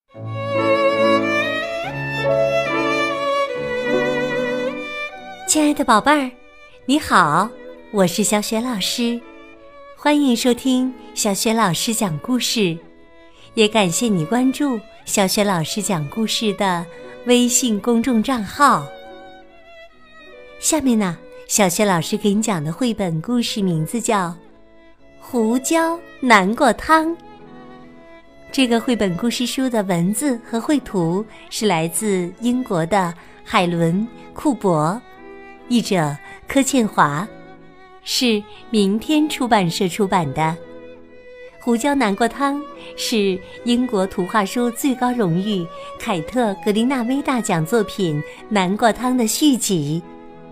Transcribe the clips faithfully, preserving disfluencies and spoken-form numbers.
亲爱的宝贝儿，你好，我是小雪老师，欢迎收听小雪老师讲故事，也感谢你关注小雪老师讲故事的微信公众账号。下面呢，小雪老师给你讲的绘本故事名字叫《胡椒南瓜汤》。这个绘本故事书的文字和绘图是来自英国的海伦·库珀，译者柯倩华，是明天出版社出版的。胡椒南瓜汤是英国图画书最高荣誉凯特·格林纳威大奖作品《南瓜汤》的续集。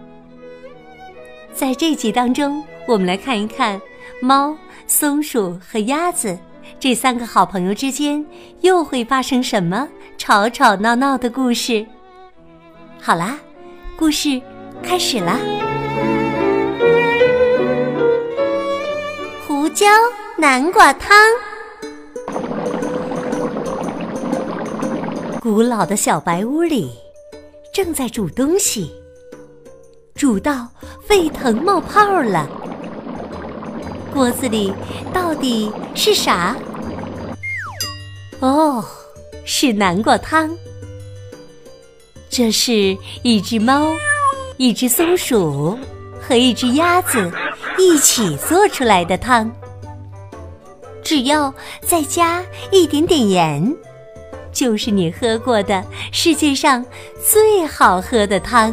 在这集当中，我们来看一看猫、松鼠和鸭子这三个好朋友之间又会发生什么吵吵闹闹的故事。好啦，故事开始啦！胡椒南瓜汤。古老的小白屋里正在煮东西，煮到沸腾冒泡了。锅子里到底是啥？哦，是南瓜汤。这是一只猫、一只松鼠和一只鸭子一起做出来的汤。只要再加一点点盐，就是你喝过的世界上最好喝的汤。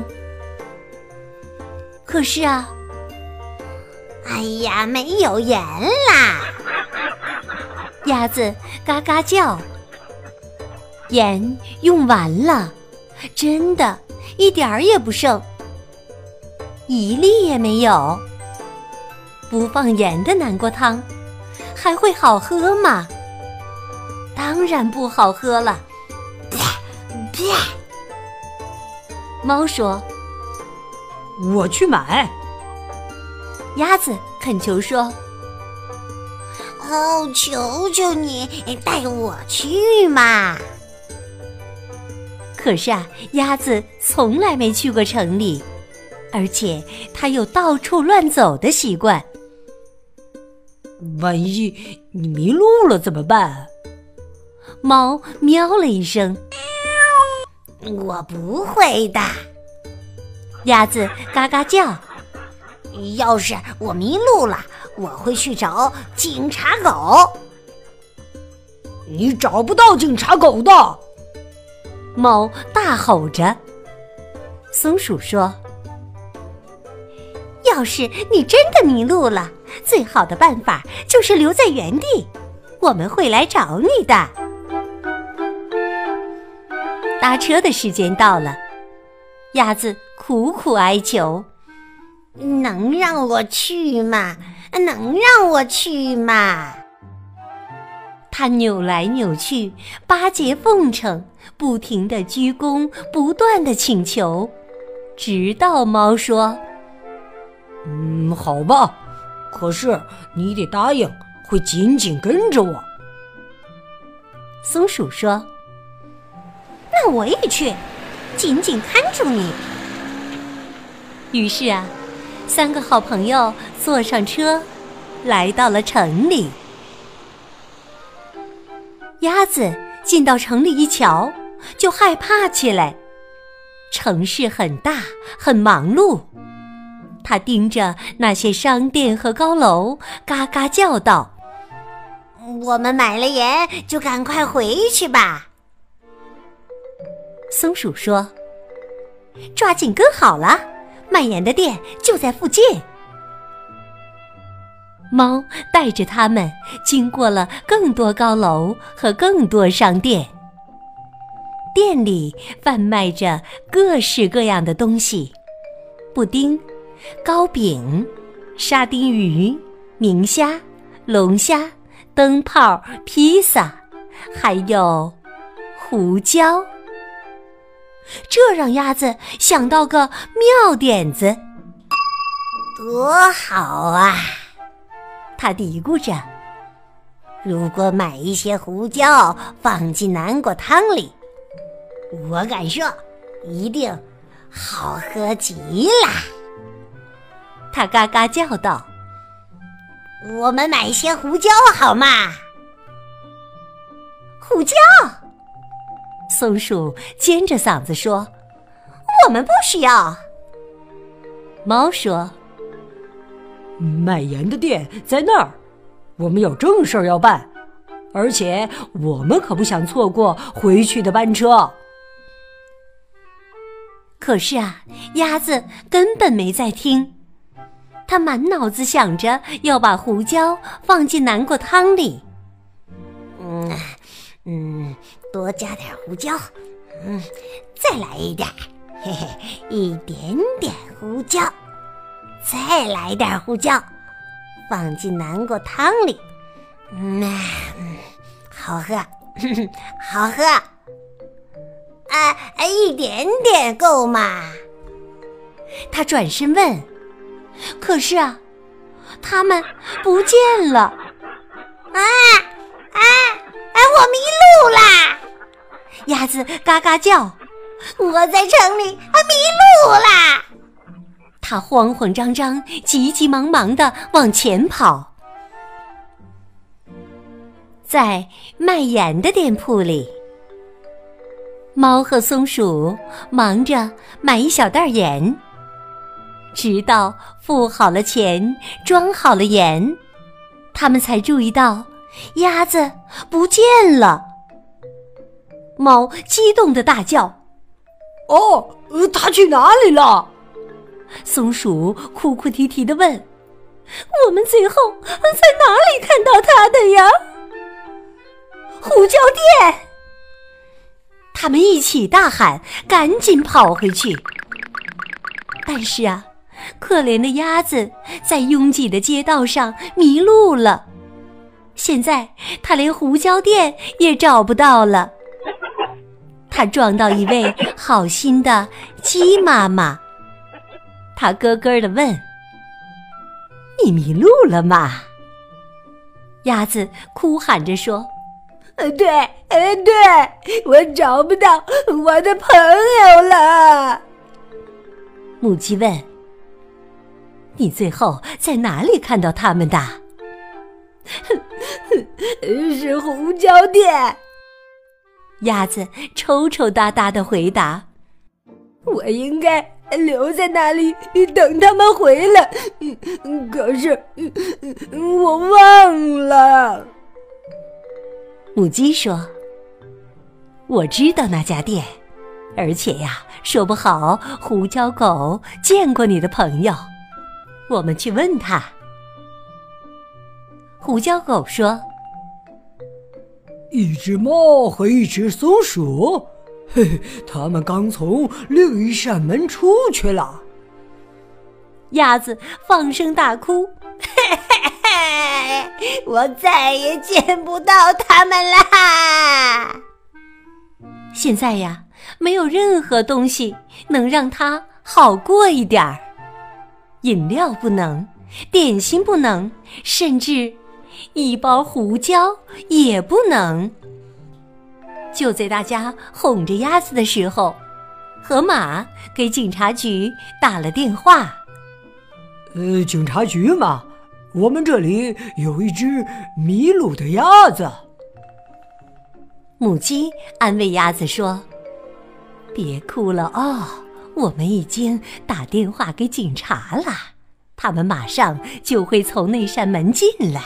可是啊， 哎呀，没有盐啦！ 鸭子嘎嘎叫，盐用完了，真的一点儿也不剩，一粒也没有。不放盐的南瓜汤还会好喝吗？当然不好喝了。 啪啪！ 猫说：“ 我去买。” 鸭子恳求说：“ 哦，求求你带我去嘛！” 可是啊，鸭子从来没去过城里，而且它有到处乱走的习惯。 万一你迷路了怎么办？ 猫喵了一声。 我不会的。 鸭子嘎嘎叫。 要是我迷路了，我会去找警察狗。 你找不到警察狗的！ 猫大吼着。松鼠说：“要是你真的迷路了，最好的办法就是留在原地，我们会来找你的。”搭车的时间到了，鸭子苦苦哀求：“ 能让我去吗？能让我去吗？” 他扭来扭去，巴结奉承，不停地鞠躬，不断地请求，直到猫说：“ 嗯，好吧，可是你得答应会紧紧跟着我。” 松鼠说：“ 那我也去，紧紧看住你。” 于是啊，三个好朋友坐上车，来到了城里。鸭子进到城里一瞧，就害怕起来。城市很大，很忙碌。它盯着那些商店和高楼，嘎嘎叫道：“ 我们买了盐，就赶快回去吧。” 松鼠说：“抓紧跟好了，卖盐的店就在附近。”猫带着他们经过了更多高楼和更多商店，店里贩卖着各式各样的东西：布丁、糕饼、沙丁鱼、明虾、龙虾、灯泡、披萨，还有胡椒。这让鸭子想到个妙点子。 多好啊！ 他嘀咕着。 如果买一些胡椒放进南瓜汤里，我敢说，一定好喝极了。 他嘎嘎叫道：“ 我们买些胡椒好吗？” 胡椒！松鼠尖着嗓子说：“ 我们不需要。” 猫说：“ 卖盐的店在那儿，我们有正事儿要办，而且我们可不想错过回去的班车。” 可是啊，鸭子根本没在听，它满脑子想着要把胡椒放进南瓜汤里。 嗯嗯，多加点胡椒，嗯，再来一点，嘿嘿，一点点胡椒，再来点胡椒，放进南瓜汤里，嗯，嗯好喝，呵呵好喝。啊，一点点够吗？ 他转身问，可是啊，他们不见了。 啊啊啊！我迷路啦！ 鸭子嘎嘎叫， 我在城里啊迷路啦！ 他慌慌张张、急急忙忙地往前跑。在卖盐的店铺里，猫和松鼠忙着买一小袋盐，直到付好了钱、装好了盐，他们才注意到鸭子不见了。猫激动地大叫：“ 哦，它去哪里了？” 松鼠哭哭啼啼地问：“我们最后在哪里看到它的呀？”胡椒店！他们一起大喊，赶紧跑回去。但是啊，可怜的鸭子在拥挤的街道上迷路了，现在它连胡椒店也找不到了。它撞到一位好心的鸡妈妈，她咯咯地问：“你迷路了吗？”鸭子哭喊着说：“ 呃，对，呃，对，我找不到我的朋友了。” 母鸡问：“你最后在哪里看到他们的？”“ 是胡椒店。” 鸭子抽抽搭搭地回答：“ 我应该留在那里等他们回来，可是我忘了。” 母鸡说：“我知道那家店，而且呀，说不好胡椒狗见过你的朋友，我们去问他。”胡椒狗说：“ 一只猫和一只松鼠，嘿嘿，他们刚从另一扇门出去了。” 鸭子放声大哭：“ 嘿嘿嘿，我再也见不到他们啦！” 现在呀，没有任何东西能让它好过一点儿，饮料不能，点心不能，甚至一包胡椒也不能。就在大家哄着鸭子的时候，河马给警察局打了电话。 呃，警察局嘛，我们这里有一只迷路的鸭子。 母鸡安慰鸭子说：“别哭了哦，我们已经打电话给警察了，他们马上就会从那扇门进来。”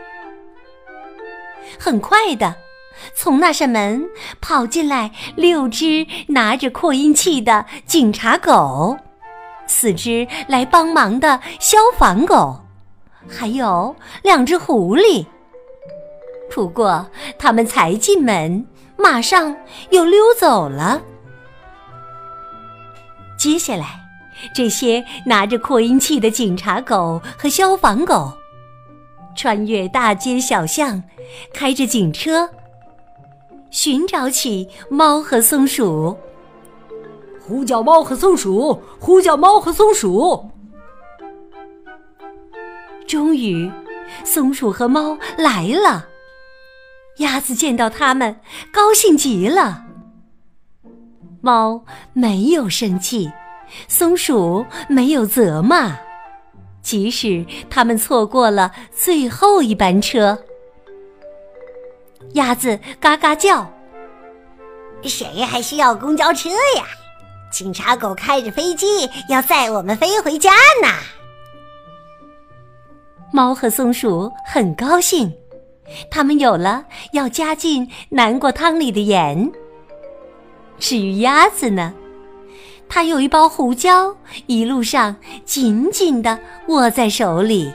很快的，从那扇门跑进来六只拿着扩音器的警察狗，四只来帮忙的消防狗，还有两只狐狸。不过他们才进门，马上又溜走了。接下来，这些拿着扩音器的警察狗和消防狗穿越大街小巷，开着警车，寻找起猫和松鼠。 胡椒猫和松鼠，胡椒猫和松鼠。 终于，松鼠和猫来了， 鸭子见到它们，高兴极了。猫没有生气，松鼠没有责骂，即使它们错过了最后一班车。鸭子嘎嘎叫： 谁还需要公交车呀？警察狗开着飞机要载我们飞回家呢。 猫和松鼠很高兴，它们有了要加进南瓜汤里的盐。至于鸭子呢，它有一包胡椒，一路上紧紧地握在手里。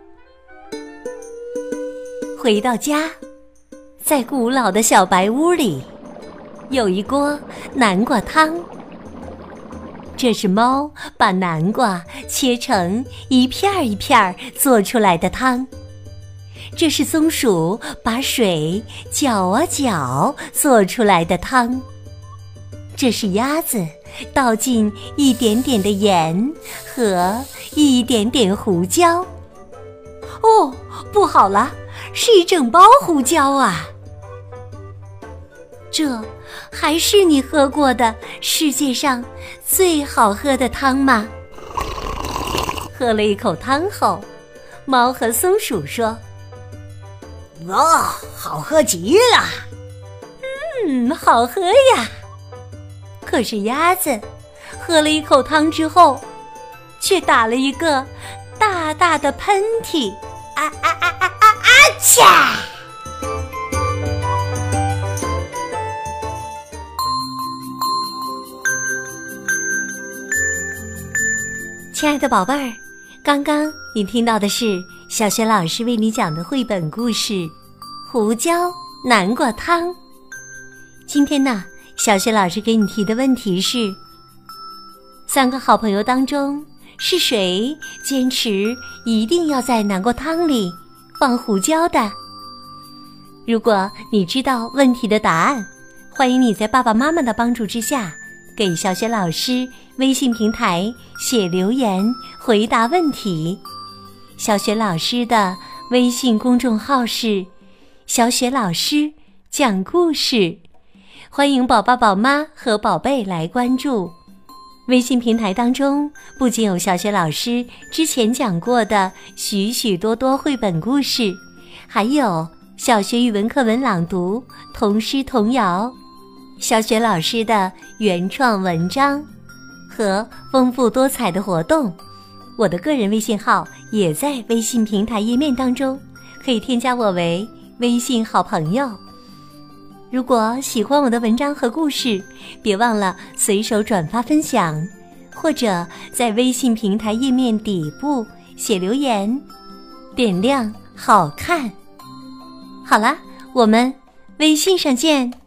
回到家，在古老的小白屋里，有一锅南瓜汤。这是猫把南瓜切成一片一片做出来的汤，这是松鼠把水搅啊搅做出来的汤，这是鸭子倒进一点点的盐和一点点胡椒。哦，不好了，是一整包胡椒啊！这还是你喝过的世界上最好喝的汤吗？喝了一口汤后，猫和松鼠说： 哇，好喝极了！ 嗯，好喝呀。可是鸭子喝了一口汤之后，却打了一个大大的喷嚏。 啊啊啊啊啊啊！恰！ 亲爱的宝贝儿，刚刚你听到的是小学老师为你讲的绘本故事《胡椒南瓜汤》。今天呢，小学老师给你提的问题是：三个好朋友当中，是谁坚持一定要在南瓜汤里放胡椒的？如果你知道问题的答案，欢迎你在爸爸妈妈的帮助之下，给小学老师微信平台写留言回答问题。小学老师的微信公众号是小雪老师讲故事，欢迎宝爸宝妈和宝贝来关注。微信平台当中不仅有小雪老师之前讲过的许许多多绘本故事，还有小学语文课文朗读、童诗童谣，小雪老师的原创文章和丰富多彩的活动。我的个人微信号也在微信平台页面当中，可以添加我为微信好朋友。如果喜欢我的文章和故事，别忘了随手转发分享，或者在微信平台页面底部写留言，点亮好看。好啦，我们微信上见。